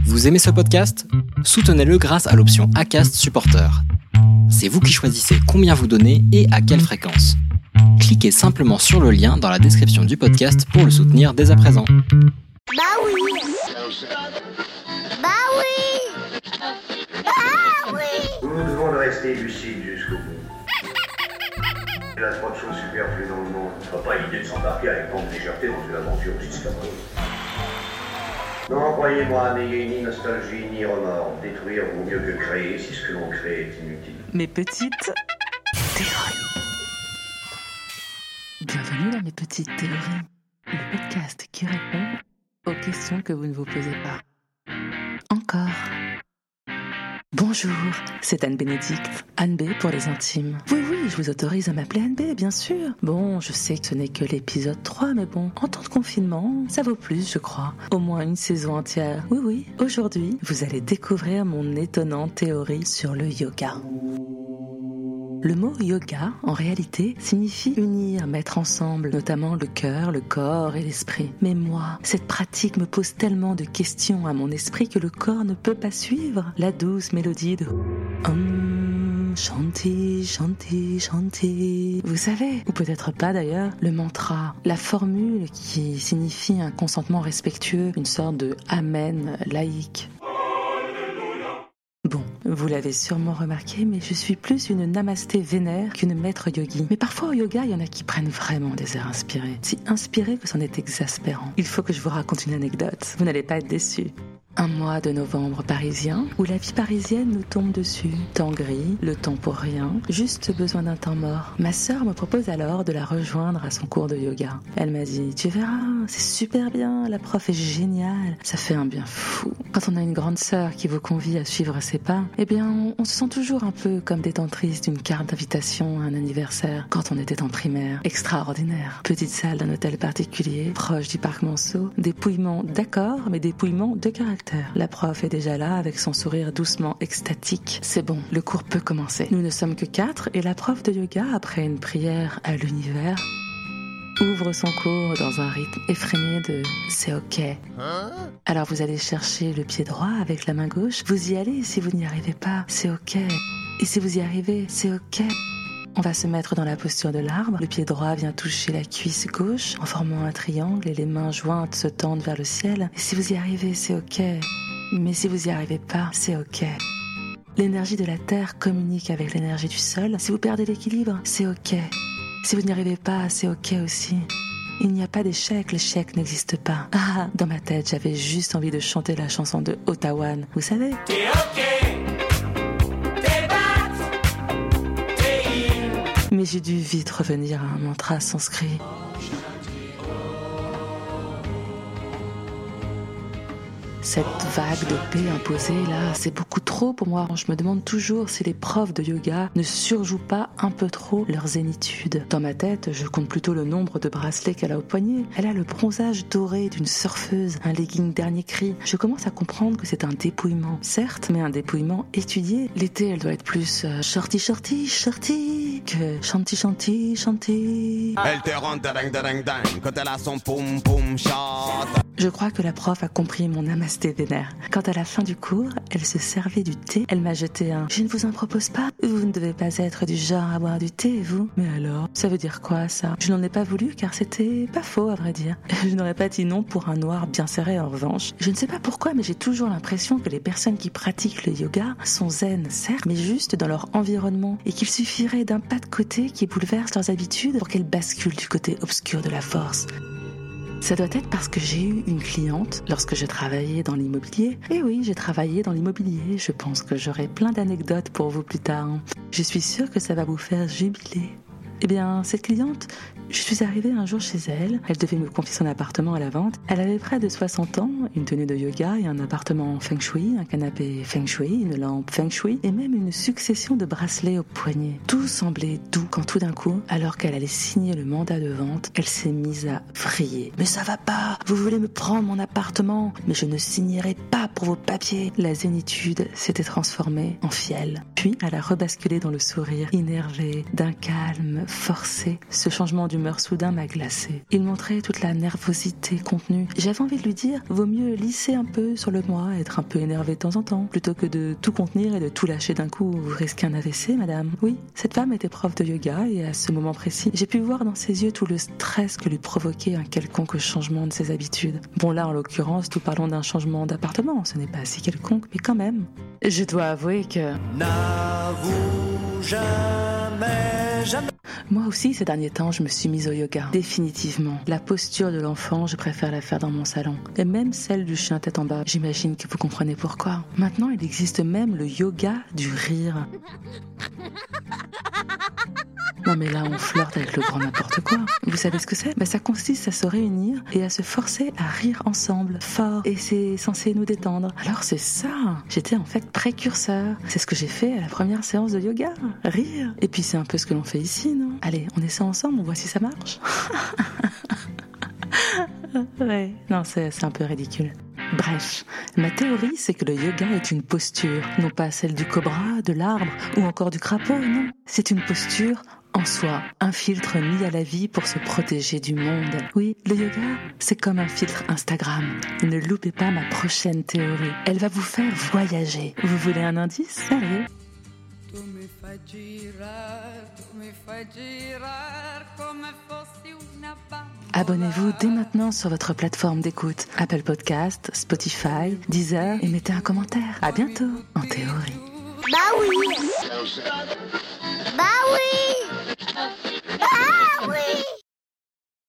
Vous aimez ce podcast ? Soutenez-le grâce à l'option Acast Supporter. C'est vous qui choisissez combien vous donnez et à quelle fréquence. Cliquez simplement sur le lien dans la description du podcast pour le soutenir dès à présent. Bah oui. Bah oui. Bah oui. Nous nous devons de rester lucides jusqu'au bout. Il y a trop de choses superflues dans le monde. Ce n'est pas l'idée de s'embarquer avec grande légèreté dans une aventure aussi scabreuse. Non, croyez-moi, n'ayez ni nostalgie ni remords. Détruire vaut mieux que créer si ce que l'on crée est inutile. Mes petites théories. Bienvenue dans Mes petites théories, le podcast qui répond aux questions que vous ne vous posez pas. Encore. Bonjour, c'est Anne Bénédicte, Anne B pour les intimes. Oui, je vous autorise à m'appeler Anne B, bien sûr. Bon, je sais que ce n'est que l'épisode 3, mais bon, en temps de confinement, ça vaut plus, je crois. Au moins une saison entière. Oui, aujourd'hui, vous allez découvrir mon étonnante théorie sur le yoga. Le mot yoga, en réalité, signifie unir, mettre ensemble, notamment le cœur, le corps et l'esprit. Mais moi, cette pratique me pose tellement de questions à mon esprit que le corps ne peut pas suivre la douce mélodie de Shanti, Shanti, Shanti. Vous savez, ou peut-être pas d'ailleurs, le mantra, la formule qui signifie un consentement respectueux, une sorte de amen laïque. Bon, vous l'avez sûrement remarqué, mais je suis plus une namasté vénère qu'une maître yogi. Mais parfois au yoga, il y en a qui prennent vraiment des airs inspirés. Si inspirés que c'en est exaspérant. Il faut que je vous raconte une anecdote. Vous n'allez pas être déçus. Un mois de novembre parisien, où la vie parisienne nous tombe dessus. Temps gris, le temps pour rien, juste besoin d'un temps mort. Ma sœur me propose alors de la rejoindre à son cours de yoga. Elle m'a dit, tu verras, c'est super bien, la prof est géniale, ça fait un bien fou. Quand on a une grande sœur qui vous convie à suivre ses pas, eh bien, on se sent toujours un peu comme détentrice d'une carte d'invitation à un anniversaire quand on était en primaire. Extraordinaire. Petite salle d'un hôtel particulier, proche du parc Monceau, dépouillement d'accord, mais dépouillement de caractère. La prof est déjà là avec son sourire doucement extatique. C'est bon, le cours peut commencer. Nous ne sommes que 4 et la prof de yoga, après une prière à l'univers, ouvre son cours dans un rythme effréné de « c'est ok ». Alors vous allez chercher le pied droit avec la main gauche, vous y allez, si vous n'y arrivez pas, c'est ok. Et si vous y arrivez, c'est ok. On va se mettre dans la posture de l'arbre, le pied droit vient toucher la cuisse gauche en formant un triangle et les mains jointes se tendent vers le ciel. Et si vous y arrivez, c'est ok. Mais si vous y arrivez pas, c'est ok. L'énergie de la terre communique avec l'énergie du sol. Si vous perdez l'équilibre, c'est ok. Si vous n'y arrivez pas, c'est ok aussi. Il n'y a pas d'échec, l'échec n'existe pas. Ah, dans ma tête, j'avais juste envie de chanter la chanson de Ottawan, vous savez ? T'es ok. Mais j'ai dû vite revenir à un mantra sanskrit. Cette vague de paix imposée, là, c'est beaucoup trop pour moi. Je me demande toujours si les profs de yoga ne surjouent pas un peu trop leur zénitude. Dans ma tête, je compte plutôt le nombre de bracelets qu'elle a au poignet. Elle a le bronzage doré d'une surfeuse, un legging dernier cri. Je commence à comprendre que c'est un dépouillement. Certes, mais un dépouillement étudié. L'été, elle doit être plus shorty, shorty, shorty que shanty, shanty, shanty. Elle te rend ding quand elle a son poum poum shot. Je crois que la prof a compris mon namasté vénère. Quand à la fin du cours, elle se servait du thé, elle m'a jeté un « Je ne vous en propose pas, vous ne devez pas être du genre à boire du thé, vous ?» Mais alors, ça veut dire quoi, ça ? Je n'en ai pas voulu car c'était pas faux, à vrai dire. Je n'aurais pas dit non pour un noir bien serré, en revanche. Je ne sais pas pourquoi, mais j'ai toujours l'impression que les personnes qui pratiquent le yoga sont zen, certes, mais juste dans leur environnement, et qu'il suffirait d'un pas de côté qui bouleverse leurs habitudes pour qu'elles basculent du côté obscur de la force. Ça doit être parce que j'ai eu une cliente lorsque je travaillais dans l'immobilier. Et oui, j'ai travaillé dans l'immobilier. Je pense que j'aurai plein d'anecdotes pour vous plus tard. Je suis sûre que ça va vous faire jubiler. Eh bien, cette cliente, je suis arrivée un jour chez elle. Elle devait me confier son appartement à la vente. Elle avait près de 60 ans, une tenue de yoga et un appartement feng shui, un canapé feng shui, une lampe feng shui et même une succession de bracelets au poignet. Tout semblait doux quand tout d'un coup, alors qu'elle allait signer le mandat de vente, elle s'est mise à vriller. « Mais ça va pas! Vous voulez me prendre mon appartement? Mais je ne signerai pas pour vos papiers! » La zénitude s'était transformée en fiel. Puis, elle a rebasculé dans le sourire énervé d'un calme forcé. Ce changement d'humeur soudain m'a glacée. Il montrait toute la nervosité contenue. J'avais envie de lui dire, vaut mieux lisser un peu sur le moi, être un peu énervé de temps en temps, plutôt que de tout contenir et de tout lâcher d'un coup. Vous risquez un AVC, madame. Oui, cette femme était prof de yoga et à ce moment précis, j'ai pu voir dans ses yeux tout le stress que lui provoquait un quelconque changement de ses habitudes. Bon là, en l'occurrence, nous parlons d'un changement d'appartement, ce n'est pas si quelconque, mais quand même. Je dois avouer que... N'avoue jamais. Moi aussi, ces derniers temps, je me suis mise au yoga. Définitivement. La posture de l'enfant, je préfère la faire dans mon salon. Et même celle du chien tête en bas. J'imagine que vous comprenez pourquoi. Maintenant, il existe même le yoga du rire. Non mais là on flirte avec le grand n'importe quoi. Vous savez ce que c'est ? Ça consiste à se réunir et à se forcer à rire ensemble, fort. Et c'est censé nous détendre. Alors c'est ça. J'étais en fait précurseur. C'est ce que j'ai fait à la première séance de yoga. Rire. Et puis c'est un peu ce que l'on fait ici, non ? Allez, on essaie ensemble, on voit si ça marche. Ouais, non c'est un peu ridicule. Bref, ma théorie, c'est que le yoga est une posture, non pas celle du cobra, de l'arbre ou encore du crapaud, non. C'est une posture en soi, un filtre mis à la vie pour se protéger du monde. Oui, le yoga, c'est comme un filtre Instagram. Ne loupez pas ma prochaine théorie. Elle va vous faire voyager. Vous voulez un indice ? Sérieux ? Abonnez-vous dès maintenant sur votre plateforme d'écoute, Apple Podcast, Spotify, Deezer et mettez un commentaire. À bientôt, en théorie. Bah oui. Bah oui. Bah oui.